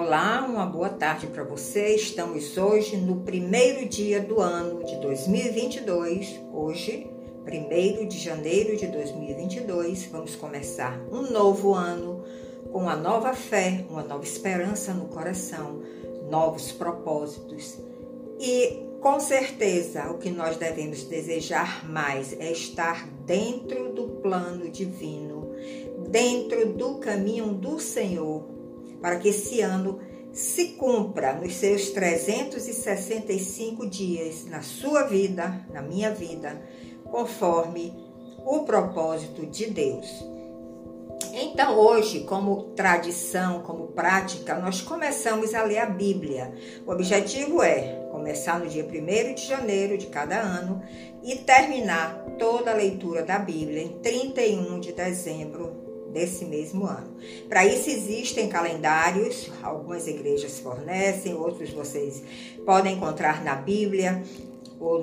Olá, uma boa tarde para você. Estamos hoje no primeiro dia do ano de 2022. Hoje, 1º de janeiro de 2022, vamos começar um novo ano com uma nova fé, uma nova esperança no coração, novos propósitos. E com certeza o que nós devemos desejar mais é estar dentro do plano divino, dentro do caminho do Senhor, para que esse ano se cumpra nos seus 365 dias na sua vida, na minha vida, conforme o propósito de Deus. Então hoje, como tradição, como prática, nós começamos a ler a Bíblia. O objetivo é começar no dia 1º de janeiro de cada ano e terminar toda a leitura da Bíblia em 31 de dezembro desse mesmo ano. Para isso existem calendários, algumas igrejas fornecem, outros vocês podem encontrar na Bíblia ou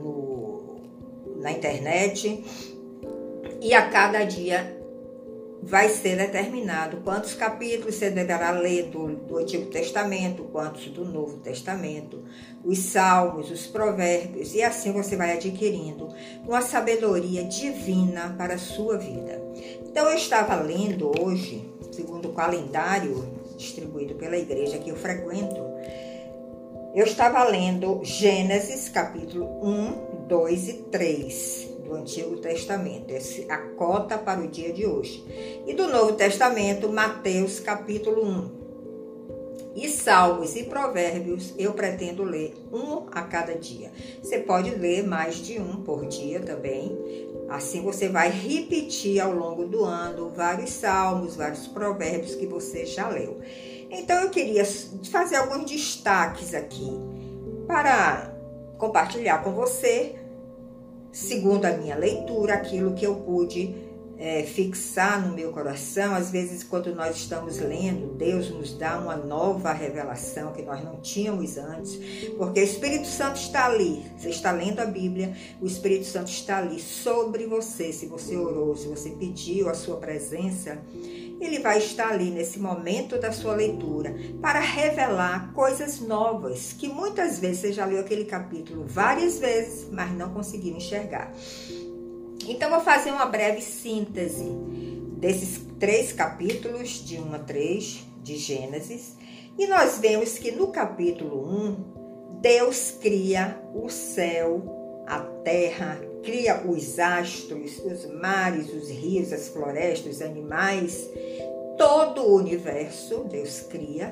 na internet. E a cada dia vai ser determinado quantos capítulos você deverá ler do Antigo Testamento, quantos do Novo Testamento, os Salmos, os Provérbios, e assim você vai adquirindo uma sabedoria divina para a sua vida. Então eu estava lendo hoje, segundo o calendário distribuído pela igreja que eu frequento, eu estava lendo Gênesis capítulo 1, 2 e 3 do Antigo Testamento, a cota para o dia de hoje. E do Novo Testamento, Mateus capítulo 1. E Salmos e Provérbios eu pretendo ler um a cada dia. Você pode ler mais de um por dia também. Assim você vai repetir ao longo do ano vários salmos, vários provérbios que você já leu. Então eu queria fazer alguns destaques aqui para compartilhar com você, segundo a minha leitura, aquilo que eu pude fixar no meu coração. Às vezes, quando nós estamos lendo, Deus nos dá uma nova revelação que nós não tínhamos antes, porque o Espírito Santo está ali. Você está lendo a Bíblia, o Espírito Santo está ali sobre você. Se você orou, se você pediu a sua presença, ele vai estar ali nesse momento da sua leitura para revelar coisas novas, que muitas vezes você já leu aquele capítulo várias vezes, mas não conseguiu enxergar. Então, vou fazer uma breve síntese desses 3 capítulos, de 1 a 3, de Gênesis. E nós vemos que no capítulo 1, Deus cria o céu, a terra, cria os astros, os mares, os rios, as florestas, os animais, todo o universo Deus cria.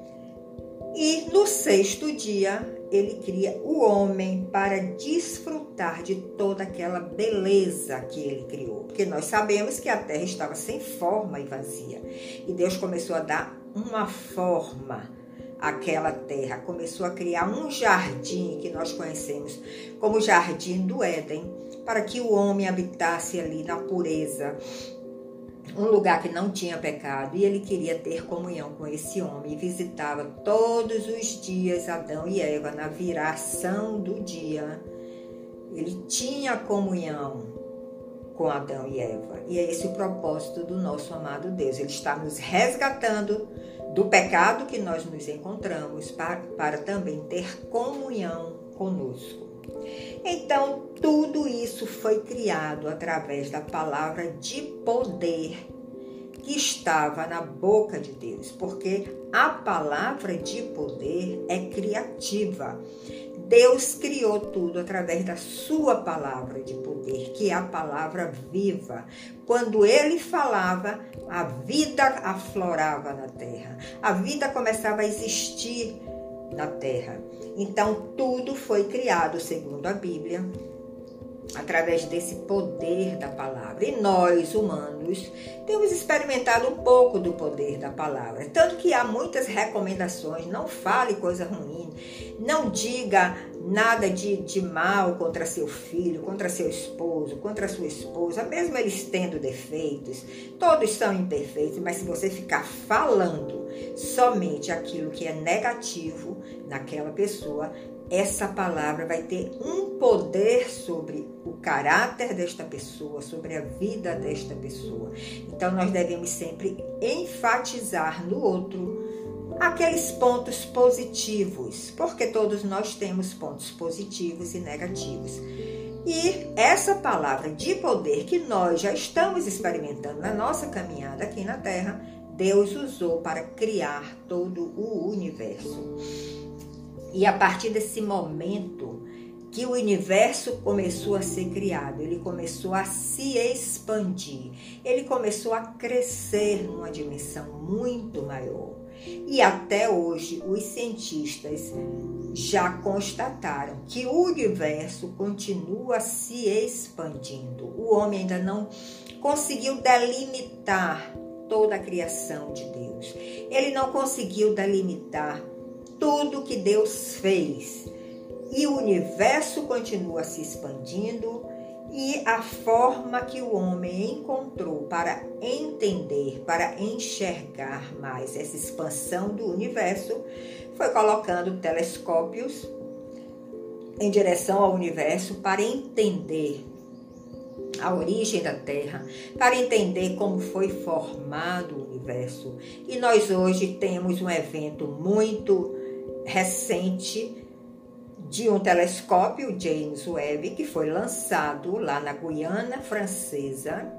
E no 6º dia, ele cria o homem para desfrutar de toda aquela beleza que ele criou. Porque nós sabemos que a terra estava sem forma e vazia. E Deus começou a dar uma forma àquela terra. Começou a criar um jardim que nós conhecemos como o Jardim do Éden, para que o homem habitasse ali na pureza, um lugar que não tinha pecado, e ele queria ter comunhão com esse homem, e visitava todos os dias Adão e Eva na viração do dia. Ele tinha comunhão com Adão e Eva, e é esse o propósito do nosso amado Deus. Ele está nos resgatando do pecado que nós nos encontramos, para também ter comunhão conosco. Então, tudo isso foi criado através da palavra de poder que estava na boca de Deus, porque a palavra de poder é criativa. Deus criou tudo através da sua palavra de poder, que é a palavra viva. Quando ele falava, a vida aflorava na terra, a vida começava a existir na terra. Então, tudo foi criado, segundo a Bíblia, através desse poder da palavra. E nós, humanos, temos experimentado um pouco do poder da palavra. Tanto que há muitas recomendações: não fale coisa ruim, não diga nada de mal contra seu filho, contra seu esposo, contra sua esposa, mesmo eles tendo defeitos. Todos são imperfeitos, mas se você ficar falando somente aquilo que é negativo naquela pessoa, essa palavra vai ter um poder sobre o caráter desta pessoa, sobre a vida desta pessoa. Então, nós devemos sempre enfatizar no outro aqueles pontos positivos, porque todos nós temos pontos positivos e negativos. E essa palavra de poder que nós já estamos experimentando na nossa caminhada aqui na Terra, Deus usou para criar todo o universo. E a partir desse momento que o universo começou a ser criado, ele começou a se expandir, ele começou a crescer numa dimensão muito maior. E até hoje os cientistas já constataram que o universo continua se expandindo. O homem ainda não conseguiu delimitar toda a criação de Deus. Ele não conseguiu delimitar tudo que Deus fez. E o universo continua se expandindo, e a forma que o homem encontrou para entender, para enxergar mais essa expansão do universo, foi colocando telescópios em direção ao universo para entender a origem da Terra, para entender como foi formado o universo. E nós hoje temos um evento muito recente de um telescópio James Webb, que foi lançado lá na Guiana Francesa,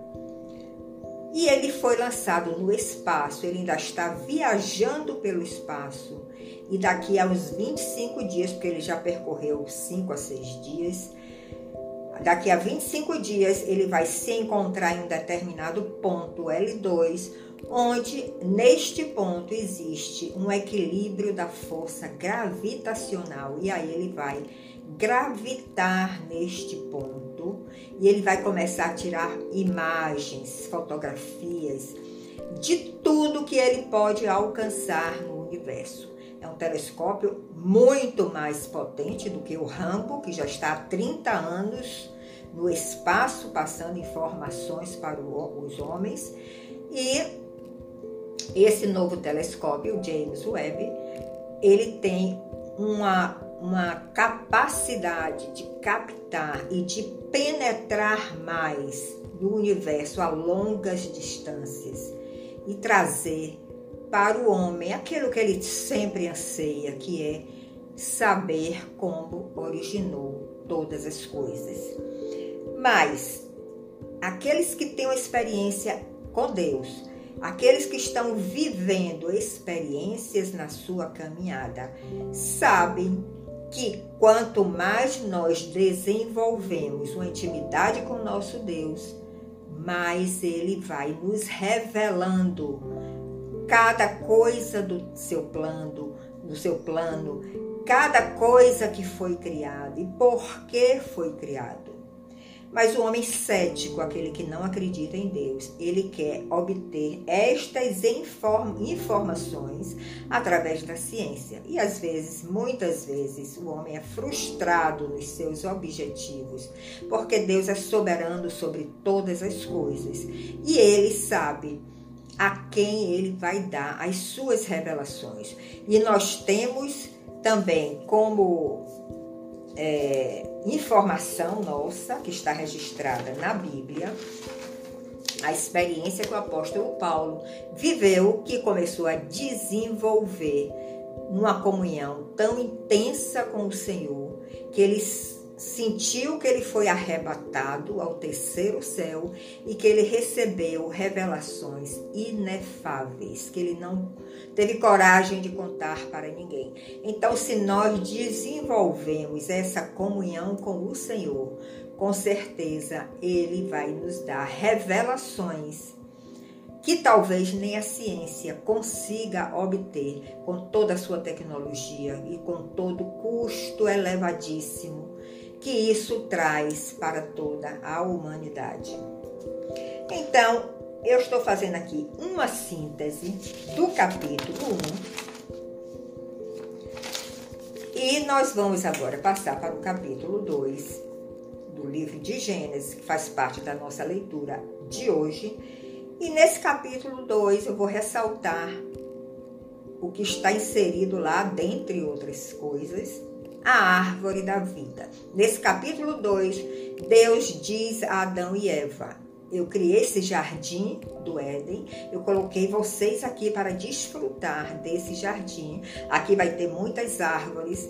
e ele foi lançado no espaço. Ele ainda está viajando pelo espaço, e daqui a uns 25 dias, porque ele já percorreu 5 a 6 dias, daqui a 25 dias ele vai se encontrar em um determinado ponto L2, onde neste ponto existe um equilíbrio da força gravitacional, e aí ele vai gravitar neste ponto e ele vai começar a tirar imagens, fotografias de tudo que ele pode alcançar no universo. É um telescópio muito mais potente do que o Hubble, que já está há 30 anos no espaço, passando informações para os homens. E esse novo telescópio, o James Webb, ele tem uma capacidade de captar e de penetrar mais no universo a longas distâncias e trazer para o homem aquilo que ele sempre anseia, que é saber como originou todas as coisas. Mas aqueles que têm uma experiência com Deus, aqueles que estão vivendo experiências na sua caminhada, sabem que quanto mais nós desenvolvemos uma intimidade com o nosso Deus, mais Ele vai nos revelando cada coisa do seu plano, cada coisa que foi criada e por que foi criado. Mas o homem cético, aquele que não acredita em Deus, ele quer obter estas informações através da ciência. E às vezes, muitas vezes, o homem é frustrado nos seus objetivos, porque Deus é soberano sobre todas as coisas. E ele sabe a quem ele vai dar as suas revelações. E nós temos também como informação nossa, que está registrada na Bíblia, a experiência que o apóstolo Paulo viveu, que começou a desenvolver uma comunhão tão intensa com o Senhor, que ele sentiu que ele foi arrebatado ao terceiro céu e que ele recebeu revelações inefáveis, que ele não teve coragem de contar para ninguém. Então, se nós desenvolvemos essa comunhão com o Senhor, com certeza Ele vai nos dar revelações que talvez nem a ciência consiga obter com toda a sua tecnologia e com todo o custo elevadíssimo que isso traz para toda a humanidade. Então, eu estou fazendo aqui uma síntese do capítulo 1 e nós vamos agora passar para o capítulo 2 do livro de Gênesis, que faz parte da nossa leitura de hoje. E nesse capítulo 2 eu vou ressaltar o que está inserido lá, dentre outras coisas, a árvore da vida. Nesse capítulo 2, Deus diz a Adão e Eva: eu criei esse jardim do Éden, eu coloquei vocês aqui para desfrutar desse jardim. Aqui vai ter muitas árvores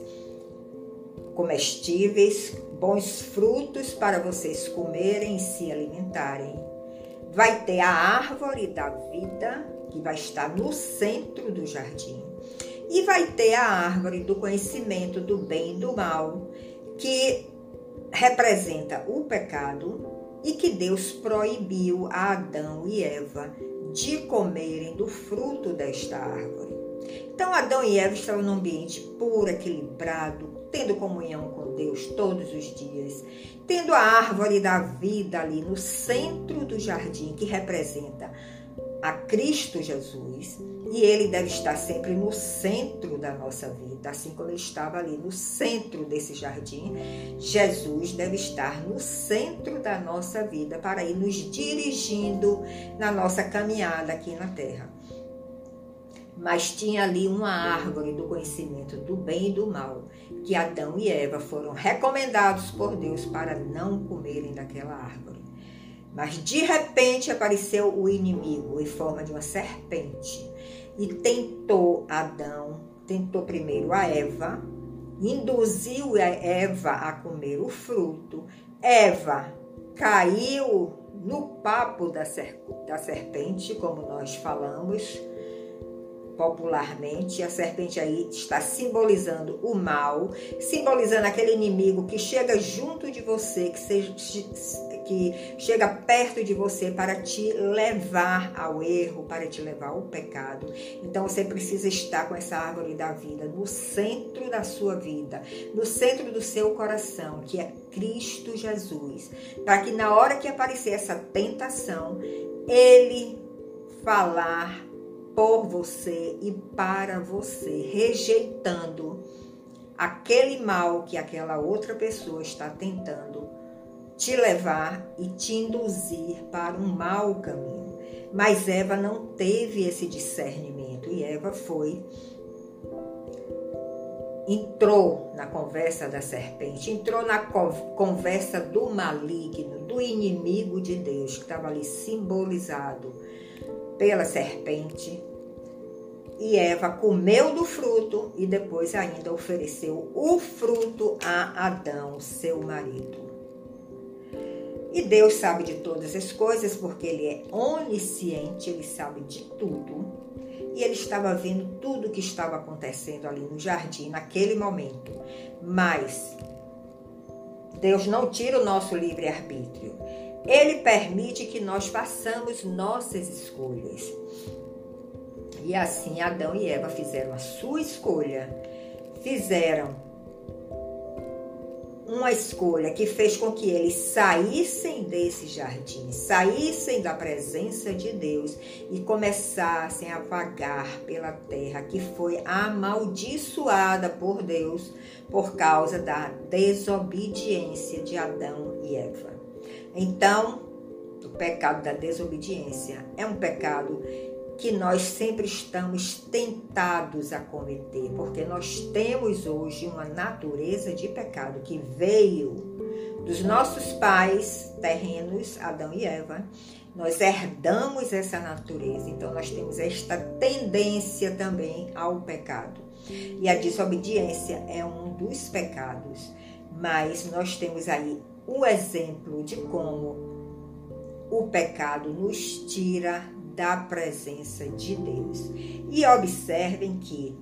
comestíveis, bons frutos para vocês comerem e se alimentarem. Vai ter a árvore da vida, que vai estar no centro do jardim. E vai ter a árvore do conhecimento do bem e do mal, que representa o pecado e que Deus proibiu a Adão e Eva de comerem do fruto desta árvore. Então, Adão e Eva estavam num ambiente puro, equilibrado, tendo comunhão com Deus todos os dias, tendo a árvore da vida ali no centro do jardim, que representa a Cristo Jesus, e ele deve estar sempre no centro da nossa vida, assim como ele estava ali no centro desse jardim. Jesus deve estar no centro da nossa vida para ir nos dirigindo na nossa caminhada aqui na terra. Mas tinha ali uma árvore do conhecimento do bem e do mal, que Adão e Eva foram recomendados por Deus para não comerem daquela árvore. Mas de repente apareceu o inimigo em forma de uma serpente e tentou primeiro a Eva, induziu a Eva a comer o fruto. Eva caiu no papo da serpente, como nós falamos popularmente. A serpente aí está simbolizando o mal, simbolizando aquele inimigo que chega junto de você, que chega perto de você para te levar ao erro, para te levar ao pecado. Então você precisa estar com essa árvore da vida no centro da sua vida, no centro do seu coração, que é Cristo Jesus, para que na hora que aparecer essa tentação, ele falar por você e para você, rejeitando aquele mal que aquela outra pessoa está tentando te levar e te induzir para um mau caminho. Mas Eva não teve esse discernimento e Eva entrou na conversa da serpente, entrou na conversa do maligno, do inimigo de Deus, que estava ali simbolizado pela serpente, e Eva comeu do fruto e depois ainda ofereceu o fruto a Adão, seu marido. E Deus sabe de todas as coisas, porque ele é onisciente, ele sabe de tudo, e ele estava vendo tudo o que estava acontecendo ali no jardim naquele momento. Mas Deus não tira o nosso livre-arbítrio. Ele permite que nós façamos nossas escolhas. E assim Adão e Eva fizeram a sua escolha. Fizeram uma escolha que fez com que eles saíssem desse jardim, saíssem da presença de Deus e começassem a vagar pela terra que foi amaldiçoada por Deus por causa da desobediência de Adão e Eva. Então, o pecado da desobediência é um pecado que nós sempre estamos tentados a cometer, porque nós temos hoje uma natureza de pecado que veio dos nossos pais terrenos, Adão e Eva. Nós herdamos essa natureza, então nós temos esta tendência também ao pecado. E a desobediência é um dos pecados, mas nós temos aí o exemplo de como o pecado nos tira da presença de Deus. E observem que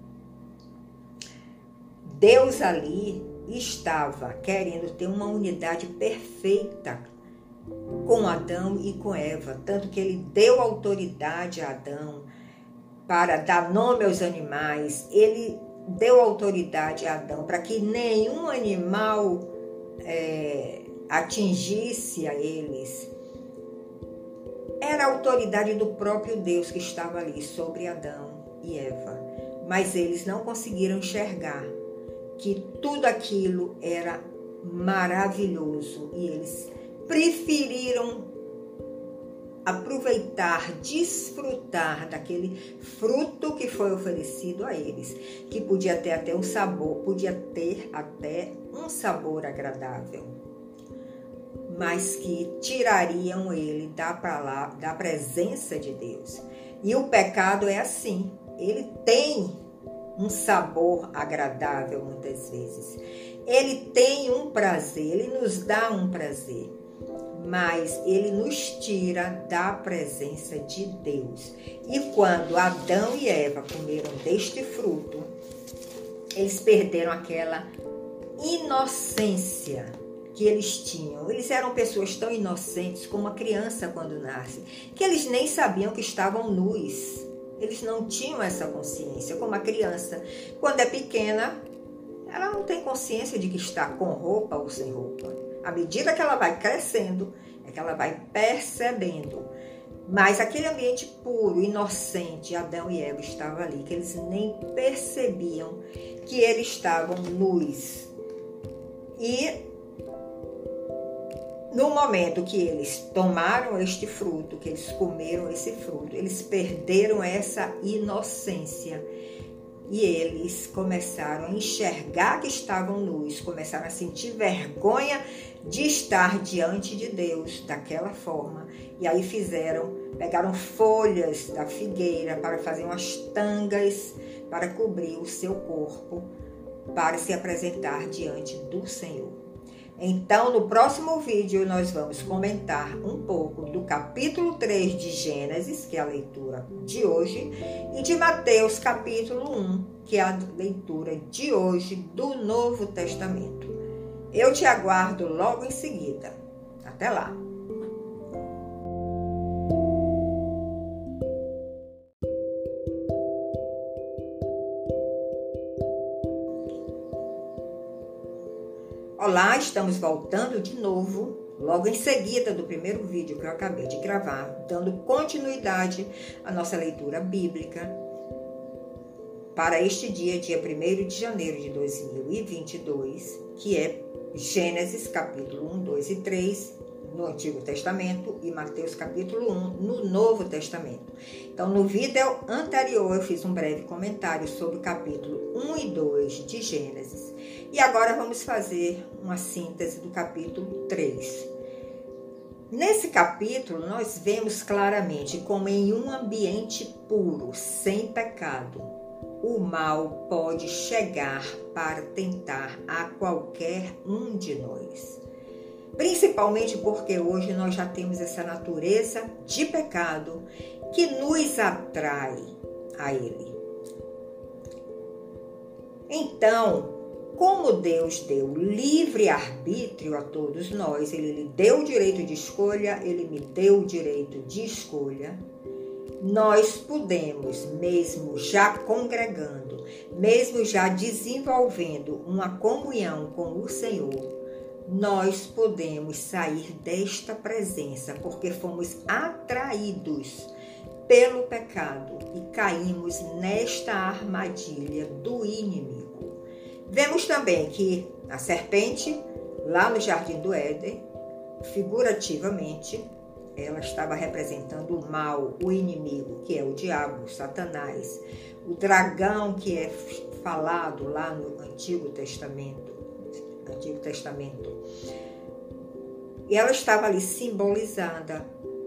Deus ali estava querendo ter uma unidade perfeita com Adão e com Eva, tanto que ele deu autoridade a Adão para dar nome aos animais, ele deu autoridade a Adão para que nenhum animal atingisse a eles. Era a autoridade do próprio Deus que estava ali sobre Adão e Eva. Mas eles não conseguiram enxergar que tudo aquilo era maravilhoso. E eles preferiram aproveitar, desfrutar daquele fruto que foi oferecido a eles. Que podia ter até um sabor agradável. mas que tirariam ele da presença de Deus. E o pecado é assim, ele tem um sabor agradável muitas vezes. Ele tem um prazer, ele nos dá um prazer, mas ele nos tira da presença de Deus. E quando Adão e Eva comeram deste fruto, eles perderam aquela inocência que eles tinham. Eles eram pessoas tão inocentes como uma criança quando nasce, que eles nem sabiam que estavam nus. Eles não tinham essa consciência, como a criança. Quando é pequena, ela não tem consciência de que está com roupa ou sem roupa. À medida que ela vai crescendo, é que ela vai percebendo. Mas aquele ambiente puro, inocente, Adão e Eva estavam ali, que eles nem percebiam que eles estavam nus. E no momento que eles tomaram este fruto, que eles comeram esse fruto, eles perderam essa inocência. E eles começaram a enxergar que estavam nus, começaram a sentir vergonha de estar diante de Deus daquela forma. E aí pegaram folhas da figueira para fazer umas tangas para cobrir o seu corpo, para se apresentar diante do Senhor. Então, no próximo vídeo, nós vamos comentar um pouco do capítulo 3 de Gênesis, que é a leitura de hoje, e de Mateus, capítulo 1, que é a leitura de hoje do Novo Testamento. Eu te aguardo logo em seguida. Até lá! Olá, estamos voltando de novo, logo em seguida do primeiro vídeo que eu acabei de gravar, dando continuidade à nossa leitura bíblica para este dia 1º de janeiro de 2022, que é Gênesis capítulo 1, 2 e 3 no Antigo Testamento e Mateus capítulo 1 no Novo Testamento. Então, no vídeo anterior eu fiz um breve comentário sobre o capítulo 1 e 2 de Gênesis. E agora vamos fazer uma síntese do capítulo 3. Nesse capítulo, nós vemos claramente como em um ambiente puro, sem pecado, o mal pode chegar para tentar a qualquer um de nós. Principalmente porque hoje nós já temos essa natureza de pecado que nos atrai a ele. Então, como Deus deu livre arbítrio a todos nós, Ele lhe deu o direito de escolha, Ele me deu o direito de escolha, nós podemos, mesmo já congregando, mesmo já desenvolvendo uma comunhão com o Senhor, nós podemos sair desta presença, porque fomos atraídos pelo pecado e caímos nesta armadilha do inimigo. Vemos também que a serpente, lá no Jardim do Éden, figurativamente, ela estava representando o mal, o inimigo, que é o diabo, Satanás, o dragão que é falado lá no Antigo Testamento. E ela estava ali simbolizando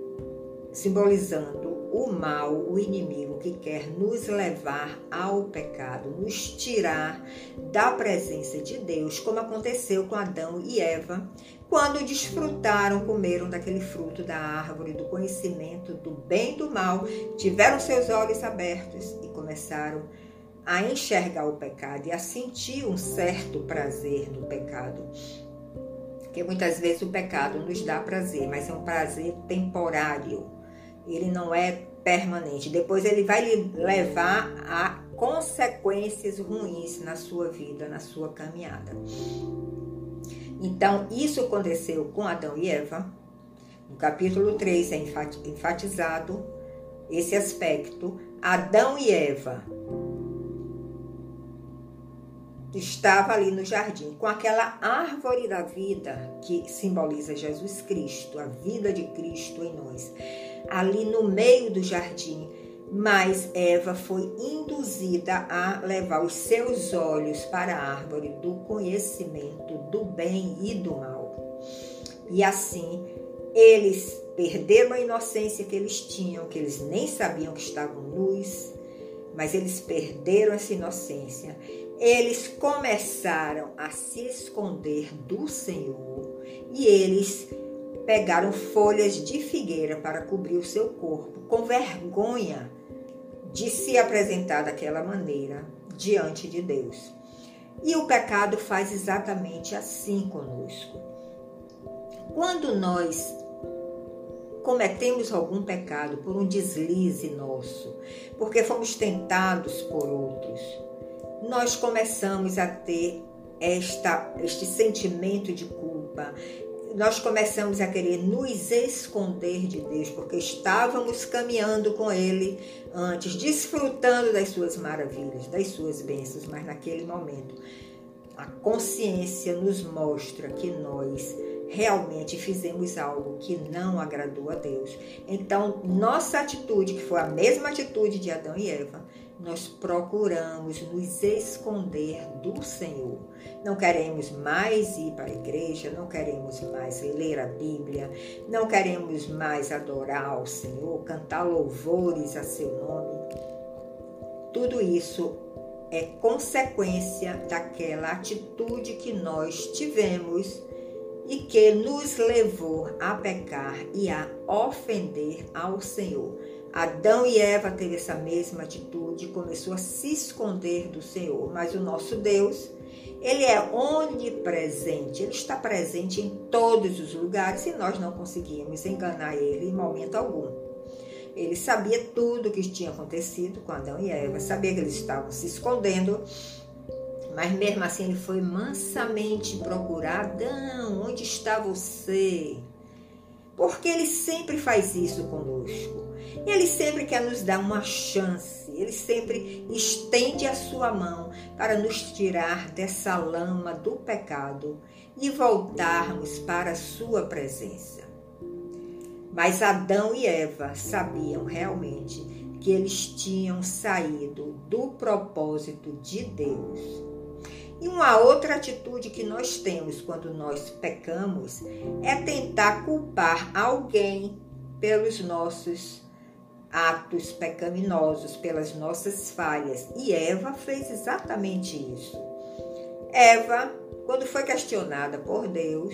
o mal, o inimigo que quer nos levar ao pecado, nos tirar da presença de Deus, como aconteceu com Adão e Eva, quando desfrutaram, comeram daquele fruto da árvore do conhecimento do bem e do mal, tiveram seus olhos abertos e começaram a enxergar o pecado e a sentir um certo prazer no pecado. Porque muitas vezes o pecado nos dá prazer, mas é um prazer temporário. Ele não é permanente. Depois ele vai lhe levar a consequências ruins na sua vida, na sua caminhada. Então, isso aconteceu com Adão e Eva. No capítulo 3 é enfatizado esse aspecto. Adão e Eva estava ali no jardim com aquela árvore da vida que simboliza Jesus Cristo, a vida de Cristo em nós, ali no meio do jardim. Mas Eva foi induzida a levar os seus olhos para a árvore do conhecimento do bem e do mal. E assim, eles perderam a inocência que eles tinham, que eles nem sabiam que estavam nus, mas eles perderam essa inocência. Eles começaram a se esconder do Senhor e eles pegaram folhas de figueira para cobrir o seu corpo, com vergonha de se apresentar daquela maneira diante de Deus. E o pecado faz exatamente assim conosco. Quando nós cometemos algum pecado por um deslize nosso, porque fomos tentados por outros, nós começamos a ter este sentimento de culpa. Nós começamos a querer nos esconder de Deus, porque estávamos caminhando com Ele antes, desfrutando das suas maravilhas, das suas bênçãos, mas naquele momento a consciência nos mostra que nós realmente fizemos algo que não agradou a Deus. Então, nossa atitude, que foi a mesma atitude de Adão e Eva, nós procuramos nos esconder do Senhor. Não queremos mais ir para a igreja, não queremos mais ler a Bíblia, não queremos mais adorar ao Senhor, cantar louvores a seu nome. Tudo isso é consequência daquela atitude que nós tivemos e que nos levou a pecar e a ofender ao Senhor. Adão e Eva teve essa mesma atitude, começou a se esconder do Senhor, mas o nosso Deus, Ele é onipresente, Ele está presente em todos os lugares e nós não conseguimos enganar Ele em momento algum. Ele sabia tudo o que tinha acontecido com Adão e Eva, sabia que eles estavam se escondendo, mas mesmo assim Ele foi mansamente procurar. Adão, onde está você? Porque Ele sempre faz isso conosco. Ele sempre quer nos dar uma chance, Ele sempre estende a sua mão para nos tirar dessa lama do pecado e voltarmos para a sua presença. Mas Adão e Eva sabiam realmente que eles tinham saído do propósito de Deus. E uma outra atitude que nós temos quando nós pecamos é tentar culpar alguém pelos nossos atos pecaminosos, pelas nossas falhas. E Eva fez exatamente isso. Eva, quando foi questionada por Deus,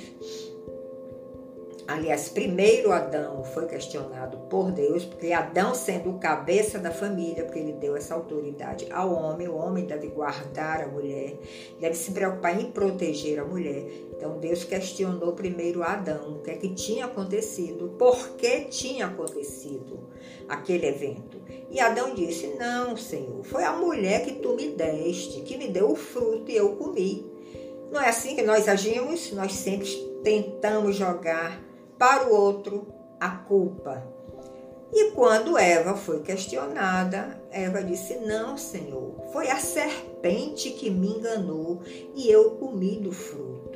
aliás, primeiro Adão foi questionado por Deus, porque Adão, sendo o cabeça da família, porque ele deu essa autoridade ao homem, o homem deve guardar a mulher, deve se preocupar em proteger a mulher. Então Deus questionou primeiro Adão, o que é que tinha acontecido, por que tinha acontecido aquele evento. E Adão disse: não, Senhor, foi a mulher que tu me deste, que me deu o fruto e eu comi. Não é assim que nós agimos? Nós sempre tentamos jogar para o outro a culpa. E quando Eva foi questionada, Eva disse: não, Senhor, foi a serpente que me enganou e eu comi do fruto.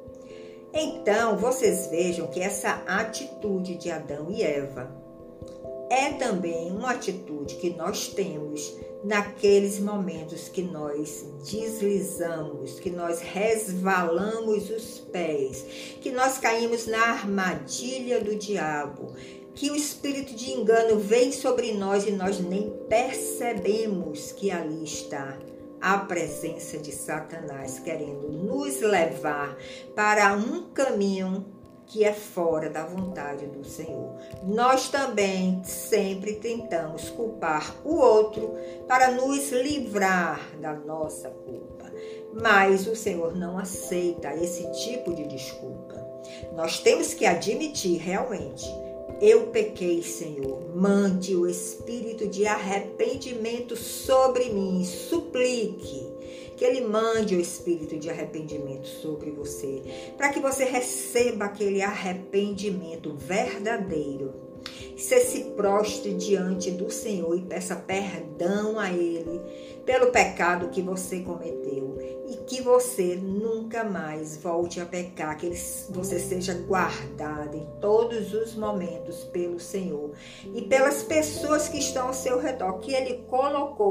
Então, vocês vejam que essa atitude de Adão e Eva é também uma atitude que nós temos naqueles momentos que nós deslizamos, que nós resvalamos os pés, que nós caímos na armadilha do diabo, que o espírito de engano vem sobre nós e nós nem percebemos que ali está a presença de Satanás querendo nos levar para um caminho que é fora da vontade do Senhor. Nós também sempre tentamos culpar o outro para nos livrar da nossa culpa. Mas o Senhor não aceita esse tipo de desculpa. Nós temos que admitir realmente: eu pequei, Senhor, mande o espírito de arrependimento sobre mim, suplique que Ele mande o espírito de arrependimento sobre você, para que você receba aquele arrependimento verdadeiro. Você se prostre diante do Senhor e peça perdão a Ele pelo pecado que você cometeu e que você nunca mais volte a pecar, que você seja guardado em todos os momentos pelo Senhor e pelas pessoas que estão ao seu redor, que Ele colocou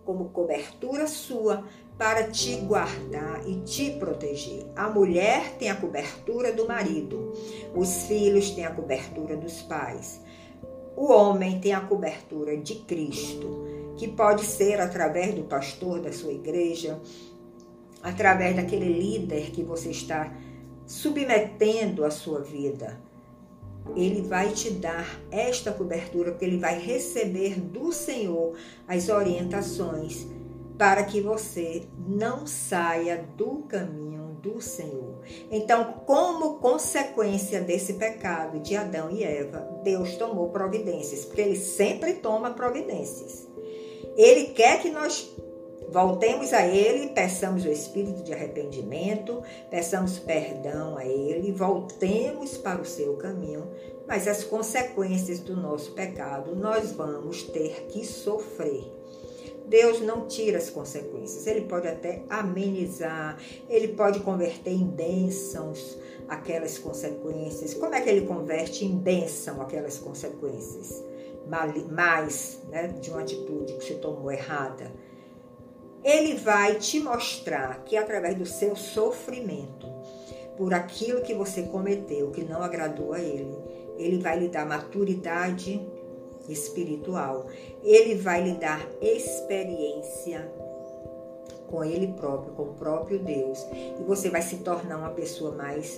como cobertura sua para te guardar e te proteger. A mulher tem a cobertura do marido, os filhos têm a cobertura dos pais. O homem tem a cobertura de Cristo, que pode ser através do pastor da sua igreja, através daquele líder que você está submetendo a sua vida. Ele vai te dar esta cobertura, porque ele vai receber do Senhor as orientações para que você não saia do caminho do Senhor. Então, como consequência desse pecado de Adão e Eva, Deus tomou providências, porque ele sempre toma providências. Ele quer que nós voltemos a Ele, peçamos o espírito de arrependimento, peçamos perdão a Ele, voltemos para o seu caminho, mas as consequências do nosso pecado nós vamos ter que sofrer. Deus não tira as consequências, Ele pode até amenizar, Ele pode converter em bênçãos aquelas consequências. Como é que Ele converte em bênção aquelas consequências? Mais, né, de uma atitude que você tomou errada. Ele vai te mostrar que através do seu sofrimento, por aquilo que você cometeu, que não agradou a Ele, Ele vai lhe dar maturidade espiritual. Ele vai lhe dar experiência com Ele próprio, com o próprio Deus. E você vai se tornar uma pessoa mais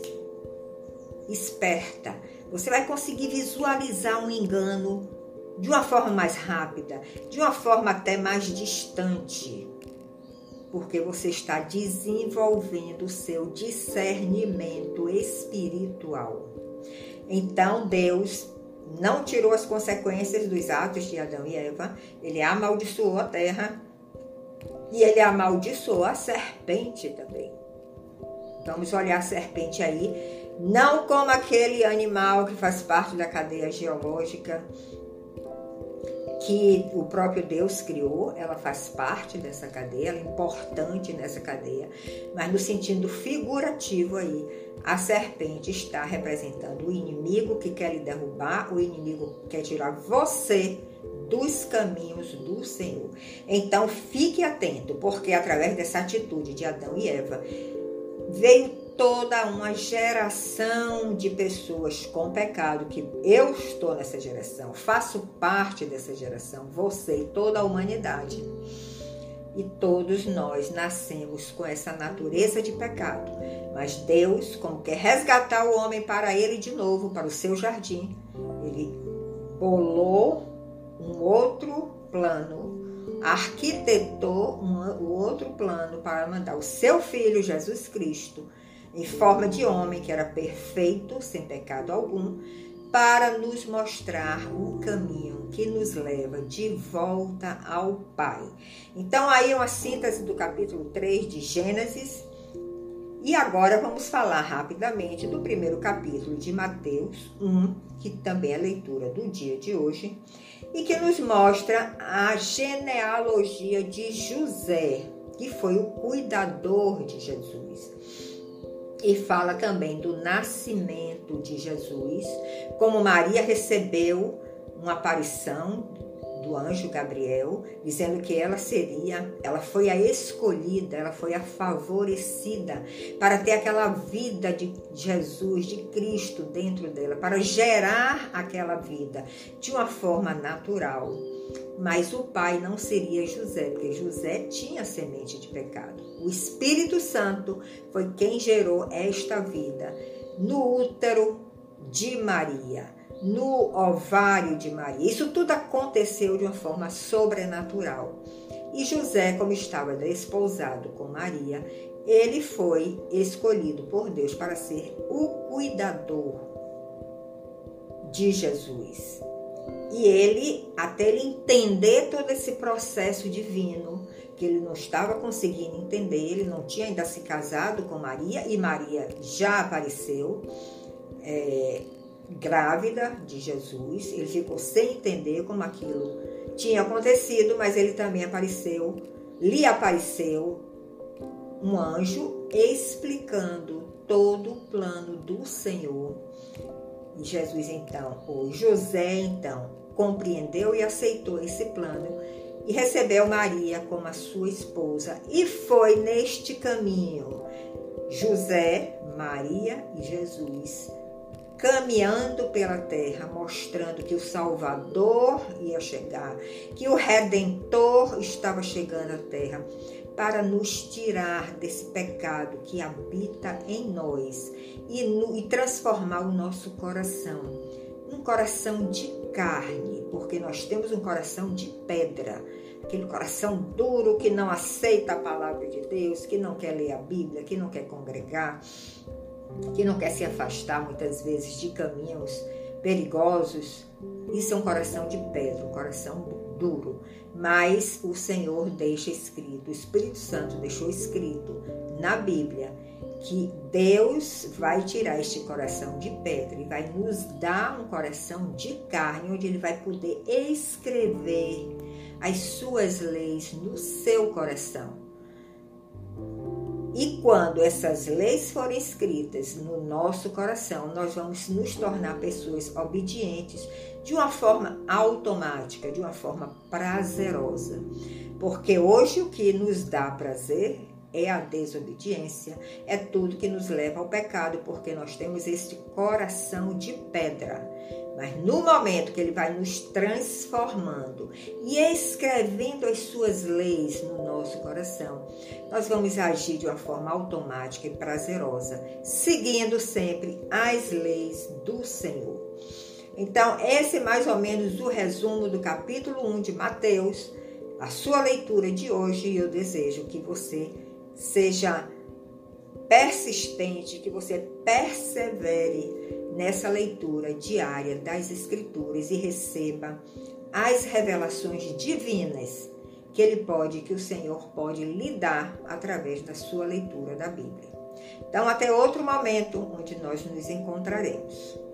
esperta. Você vai conseguir visualizar um engano de uma forma mais rápida, de uma forma até mais distante, porque você está desenvolvendo o seu discernimento espiritual. Então, Deus não tirou as consequências dos atos de Adão e Eva, Ele amaldiçoou a terra e Ele amaldiçoou a serpente também. Vamos olhar a serpente aí, não como aquele animal que faz parte da cadeia geológica, que o próprio Deus criou, ela faz parte dessa cadeia, ela é importante nessa cadeia, mas no sentido figurativo aí, a serpente está representando o inimigo que quer lhe derrubar, o inimigo que quer tirar você dos caminhos do Senhor. Então fique atento, porque através dessa atitude de Adão e Eva, veio toda uma geração de pessoas com pecado, que eu estou nessa geração, faço parte dessa geração, você e toda a humanidade. E todos nós nascemos com essa natureza de pecado. Mas Deus, como quer resgatar o homem para Ele de novo, para o seu jardim, Ele bolou um outro plano, arquitetou um outro plano para mandar o seu Filho, Jesus Cristo, em forma de homem, que era perfeito, sem pecado algum, para nos mostrar o caminho que nos leva de volta ao Pai. Então, aí é uma síntese do capítulo 3 de Gênesis. E agora vamos falar rapidamente do primeiro capítulo de Mateus 1, que também é a leitura do dia de hoje, e que nos mostra a genealogia de José, que foi o cuidador de Jesus. E fala também do nascimento de Jesus, como Maria recebeu uma aparição do anjo Gabriel, dizendo que ela foi a escolhida, ela foi a favorecida para ter aquela vida de Jesus, de Cristo dentro dela, para gerar aquela vida de uma forma natural. Mas o pai não seria José, porque José tinha semente de pecado. O Espírito Santo foi quem gerou esta vida no útero de Maria, no ovário de Maria. Isso tudo aconteceu de uma forma sobrenatural. E José, como estava desposado com Maria, ele foi escolhido por Deus para ser o cuidador de Jesus. E ele, até ele entender todo esse processo divino, que ele não estava conseguindo entender, ele não tinha ainda se casado com Maria, e Maria já apareceu grávida de Jesus. Ele ficou sem entender como aquilo tinha acontecido, mas ele também lhe apareceu um anjo explicando todo o plano do Senhor. E José então compreendeu e aceitou esse plano e recebeu Maria como a sua esposa. E foi neste caminho José, Maria e Jesus, caminhando pela terra, mostrando que o Salvador ia chegar, que o Redentor estava chegando à terra para nos tirar desse pecado que habita em nós e transformar o nosso coração num coração de carne, porque nós temos um coração de pedra, aquele coração duro que não aceita a palavra de Deus, que não quer ler a Bíblia, que não quer congregar, que não quer se afastar muitas vezes de caminhos perigosos. Isso é um coração de pedra, um coração duro. Mas o Senhor deixa escrito, o Espírito Santo deixou escrito na Bíblia que Deus vai tirar este coração de pedra e vai nos dar um coração de carne, onde Ele vai poder escrever as suas leis no seu coração. E quando essas leis forem escritas no nosso coração, nós vamos nos tornar pessoas obedientes de uma forma automática, de uma forma prazerosa. Porque hoje o que nos dá prazer é a desobediência, é tudo que nos leva ao pecado, porque nós temos este coração de pedra. Mas no momento que Ele vai nos transformando e escrevendo as suas leis no nosso coração, nós vamos agir de uma forma automática e prazerosa, seguindo sempre as leis do Senhor. Então, esse é mais ou menos o resumo do capítulo 1 de Mateus, a sua leitura de hoje, e eu desejo que você seja persistente, que você persevere nessa leitura diária das Escrituras e receba as revelações divinas que o Senhor pode lhe dar através da sua leitura da Bíblia. Então, até outro momento onde nós nos encontraremos.